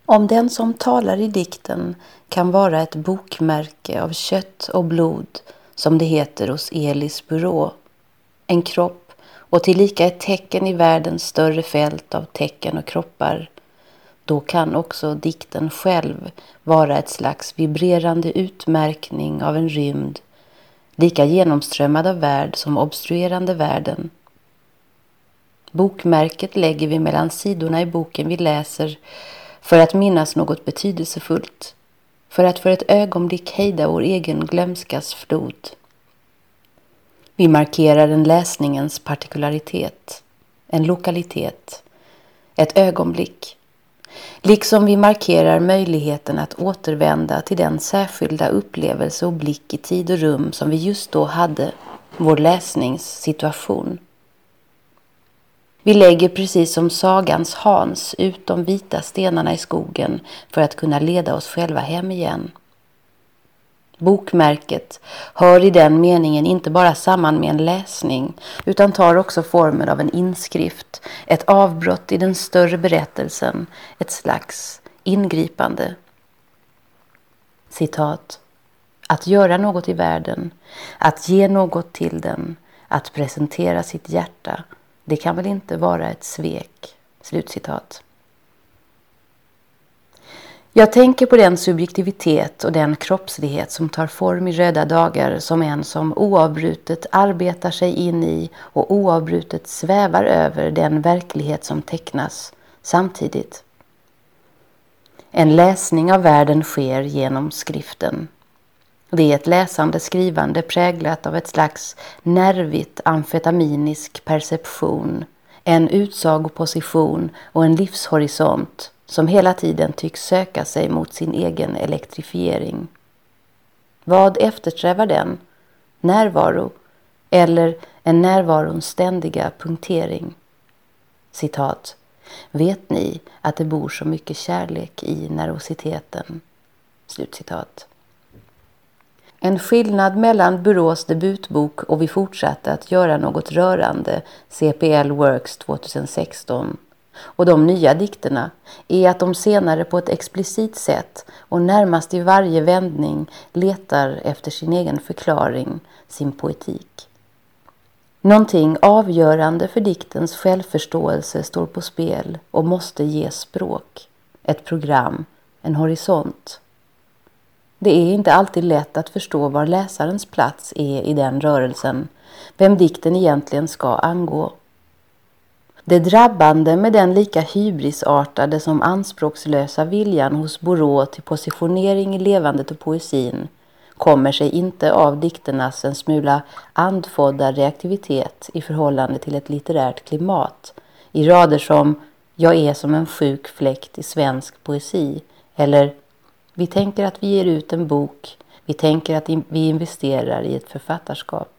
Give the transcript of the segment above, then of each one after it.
Om den som talar i dikten kan vara ett bokmärke av kött och blod, som det heter hos Elis Byrå, en kropp och tillika ett tecken i världens större fält av tecken och kroppar, då kan också dikten själv vara ett slags vibrerande utmärkning av en rymd, lika genomströmmad av värld som obstruerande världen. Bokmärket lägger vi mellan sidorna i boken vi läser för att minnas något betydelsefullt, för att för ett ögonblick hejda vår egen glömskas flod. Vi markerar en läsningens partikularitet, en lokalitet, ett ögonblick, liksom vi markerar möjligheten att återvända till den särskilda upplevelse och blick i tid och rum som vi just då hade, vår läsningssituation. Vi lägger precis som sagans Hans ut de vita stenarna i skogen för att kunna leda oss själva hem igen. Bokmärket hör i den meningen inte bara samman med en läsning utan tar också formen av en inskrift, ett avbrott i den större berättelsen, ett slags ingripande. Citat: att göra något i världen, att ge något till den, att presentera sitt hjärta, det kan väl inte vara ett svek. Slutcitat. Jag tänker på den subjektivitet och den kroppslighet som tar form i Röda dagar som en som oavbrutet arbetar sig in i och oavbrutet svävar över den verklighet som tecknas samtidigt. En läsning av världen sker genom skriften. Det är ett läsande skrivande präglat av ett slags nervigt amfetaminisk perception, en utsagoposition och en livshorisont som hela tiden tycks söka sig mot sin egen elektrifiering. Vad eftersträvar den? Närvaro eller en närvarons ständiga punktering? Citat: vet ni att det bor så mycket kärlek i nervositeten? Slutcitat. En skillnad mellan Byrås debutbok och Vi fortsatte att göra något rörande, CPL Works 2016, och de nya dikterna är att de senare på ett explicit sätt och närmast i varje vändning letar efter sin egen förklaring, sin poetik. Någonting avgörande för diktens självförståelse står på spel och måste ge språk, ett program, en horisont. Det är inte alltid lätt att förstå var läsarens plats är i den rörelsen, vem dikten egentligen ska angå. Det drabbande med den lika hybrisartade som anspråkslösa viljan hos Byrå till positionering i levandet och poesin kommer sig inte av dikternas en smula andfådda reaktivitet i förhållande till ett litterärt klimat, i rader som "Jag är som en sjuk fläkt i svensk poesi" eller "Vi tänker att vi ger ut en bok, vi tänker att vi investerar i ett författarskap".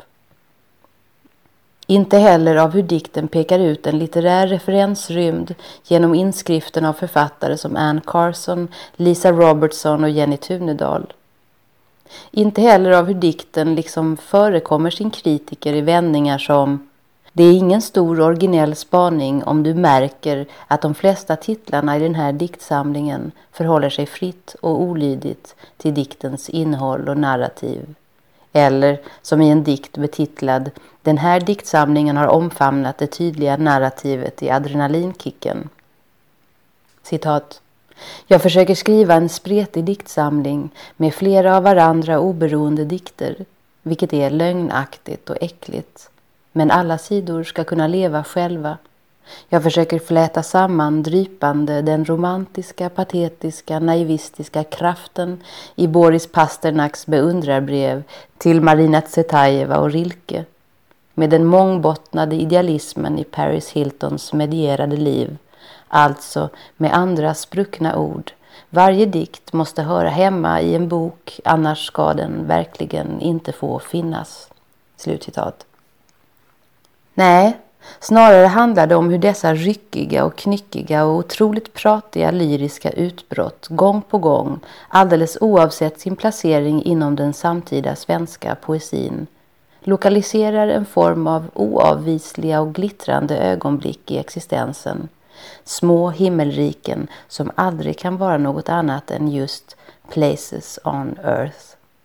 Inte heller av hur dikten pekar ut en litterär referensrymd genom inskriften av författare som Anne Carson, Lisa Robertson och Jenny Tunedal. Inte heller av hur dikten liksom förekommer sin kritiker i vändningar som "Det är ingen stor originell spaning om du märker att de flesta titlarna i den här diktsamlingen förhåller sig fritt och olydigt till diktens innehåll och narrativ." Eller som i en dikt betitlad "Den här diktsamlingen har omfamnat det tydliga narrativet i adrenalinkicken". Citat: "Jag försöker skriva en spretig diktsamling med flera av varandra oberoende dikter, vilket är lögnaktigt och äckligt. Men alla sidor ska kunna leva själva. Jag försöker fläta samman drypande den romantiska, patetiska, naivistiska kraften i Boris Pasternaks beundrarbrev till Marina Tsvetajeva och Rilke, med den mångbottnade idealismen i Paris Hiltons medierade liv, alltså med andra spruckna ord. Varje dikt måste höra hemma i en bok, annars ska den verkligen inte få finnas." Slutcitat. Nej, snarare handlar det om hur dessa ryckiga och knyckiga och otroligt pratiga lyriska utbrott gång på gång, alldeles oavsett sin placering inom den samtida svenska poesin, lokaliserar en form av oavvisliga och glittrande ögonblick i existensen, Små himmelriken som aldrig kan vara något annat än just places on earth.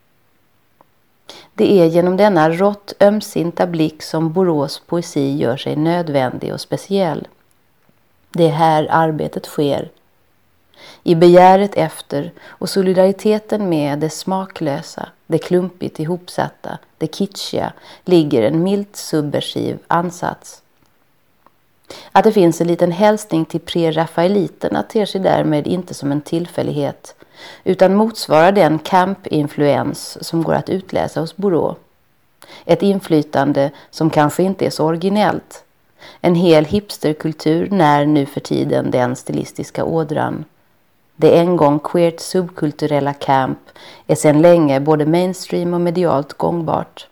Det är genom denna rått ömsinta blick som Borås poesi gör sig nödvändig och speciell. Det är här arbetet sker. I begäret efter och solidariteten med det smaklösa, det klumpigt ihopsatta, det kitschiga ligger en milt subversiv ansats. Att det finns en liten hälsning till pre-rafaeliterna ter sig därmed inte som en tillfällighet, utan motsvarar den camp-influens som går att utläsa hos Borås. Ett inflytande som kanske inte är så originellt. En hel hipsterkultur när nu för tiden den stilistiska ådran. Det en gång queert subkulturella camp är sedan länge både mainstream och medialt gångbart.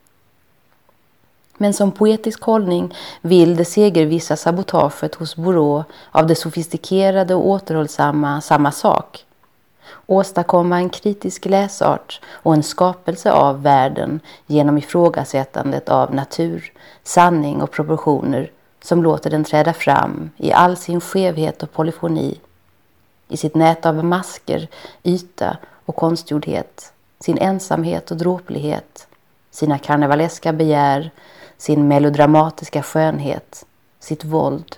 Men som poetisk hållning vill det segervissa sabotaget hos Borås av det sofistikerade och återhållsamma samma sak. Åstadkomma en kritisk läsart och en skapelse av världen genom ifrågasättandet av natur, sanning och proportioner som låter den träda fram i all sin skevhet och polyfoni, i sitt nät av masker, yta och konstgjordhet, sin ensamhet och dråplighet, sina karnevaleska begär, sin melodramatiska skönhet, sitt våld.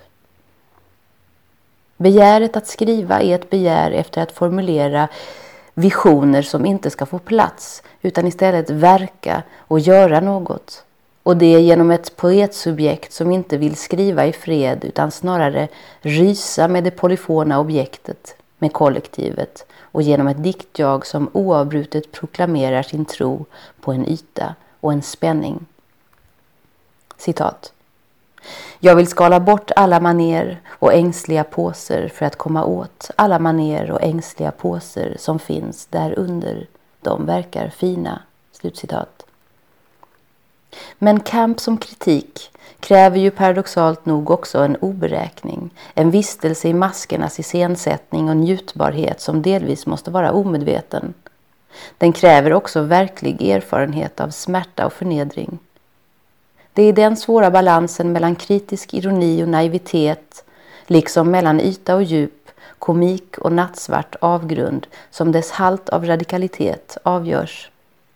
Begäret att skriva är ett begär efter att formulera visioner som inte ska få plats utan istället verka och göra något. Och det är genom ett poetsubjekt som inte vill skriva i fred utan snarare rysa med det polyfona objektet, med kollektivet och genom ett diktjag som oavbrutet proklamerar sin tro på en yta och en spänning. Citat. Jag vill skala bort alla maner och ängsliga påser för att komma åt alla maner och ängsliga påser som finns där under. De verkar fina. Slutcitat. Men kamp som kritik kräver ju paradoxalt nog också en oberäkning, en vistelse i maskernas iscensättning och njutbarhet som delvis måste vara omedveten. Den kräver också verklig erfarenhet av smärta och förnedring. Det är den svåra balansen mellan kritisk ironi och naivitet, liksom mellan yta och djup, komik och nattsvart avgrund, som dess halt av radikalitet avgörs.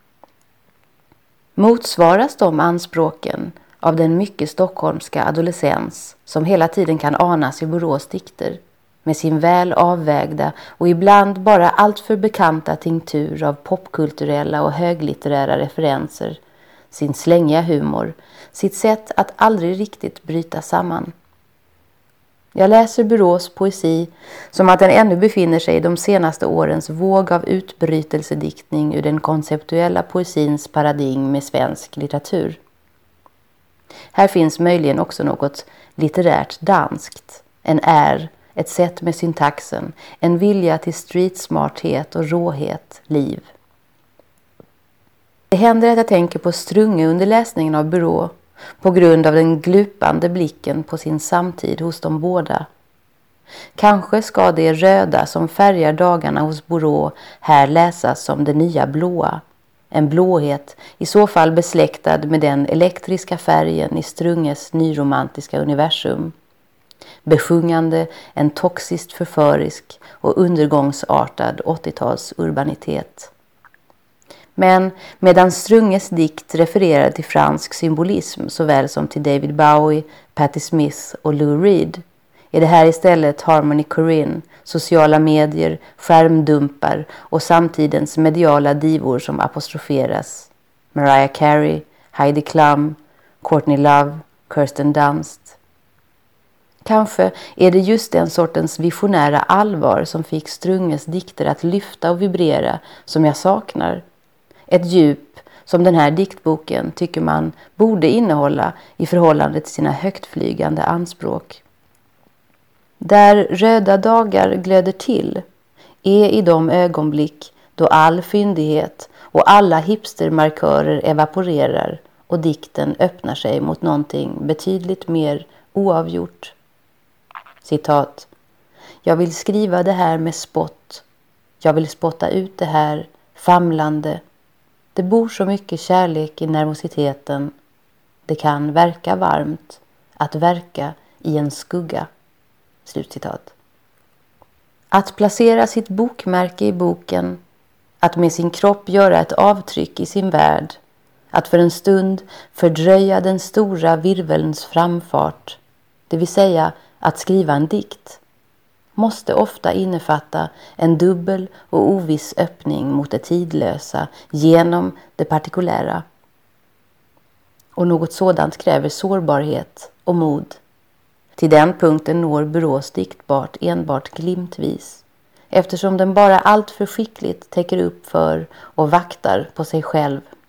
Motsvaras de anspråken av den mycket stockholmska adolescens som hela tiden kan anas i Borås dikter, med sin väl avvägda och ibland bara alltför bekanta tinktur av popkulturella och höglitterära referenser, sin slängiga humor, sitt sätt att aldrig riktigt bryta samman. Jag läser Borås poesi som att den ännu befinner sig i de senaste årens våg av utbrytelsediktning ur den konceptuella poesins paradigm med svensk litteratur. Här finns möjligen också något litterärt danskt, en ett sätt med syntaxen, en vilja till streetsmarthet och råhet, liv. Det händer att jag tänker på Strunge under läsningen av Borås på grund av den glupande blicken på sin samtid hos de båda. Kanske ska det röda som färgar dagarna hos Borås här läsas som det nya blåa. En blåhet i så fall besläktad med den elektriska färgen i Strunges nyromantiska universum. Besjungande en toxiskt förförisk och undergångsartad 80-tals urbanitet. Men medan Strunges dikt refererar till fransk symbolism såväl som till David Bowie, Patti Smith och Lou Reed är det här istället Harmony Korine, sociala medier, skärmdumpar och samtidens mediala divor som apostroferas. Mariah Carey, Heidi Klum, Courtney Love, Kirsten Dunst. Kanske är det just den sortens visionära allvar som fick Strunges dikter att lyfta och vibrera som jag saknar. Ett djup som den här diktboken tycker man borde innehålla i förhållande till sina högtflygande anspråk. Där röda dagar glöder till är i de ögonblick då all fyndighet och alla hipstermarkörer evaporerar och dikten öppnar sig mot någonting betydligt mer oavgjort. Citat. Jag vill skriva det här med spott. Jag vill spotta ut det här famlande. Det bor så mycket kärlek i nervositeten. Det kan verka varmt att verka i en skugga. Slutcitat. Att placera sitt bokmärke i boken, att med sin kropp göra ett avtryck i sin värld, att för en stund fördröja den stora virvelns framfart, det vill säga att skriva en dikt, måste ofta innefatta en dubbel och oviss öppning mot det tidlösa genom det partikulära. Och något sådant kräver sårbarhet och mod. Till den punkten når Burås diktbart enbart glimtvis, eftersom den bara allt för skickligt täcker upp för och vaktar på sig själv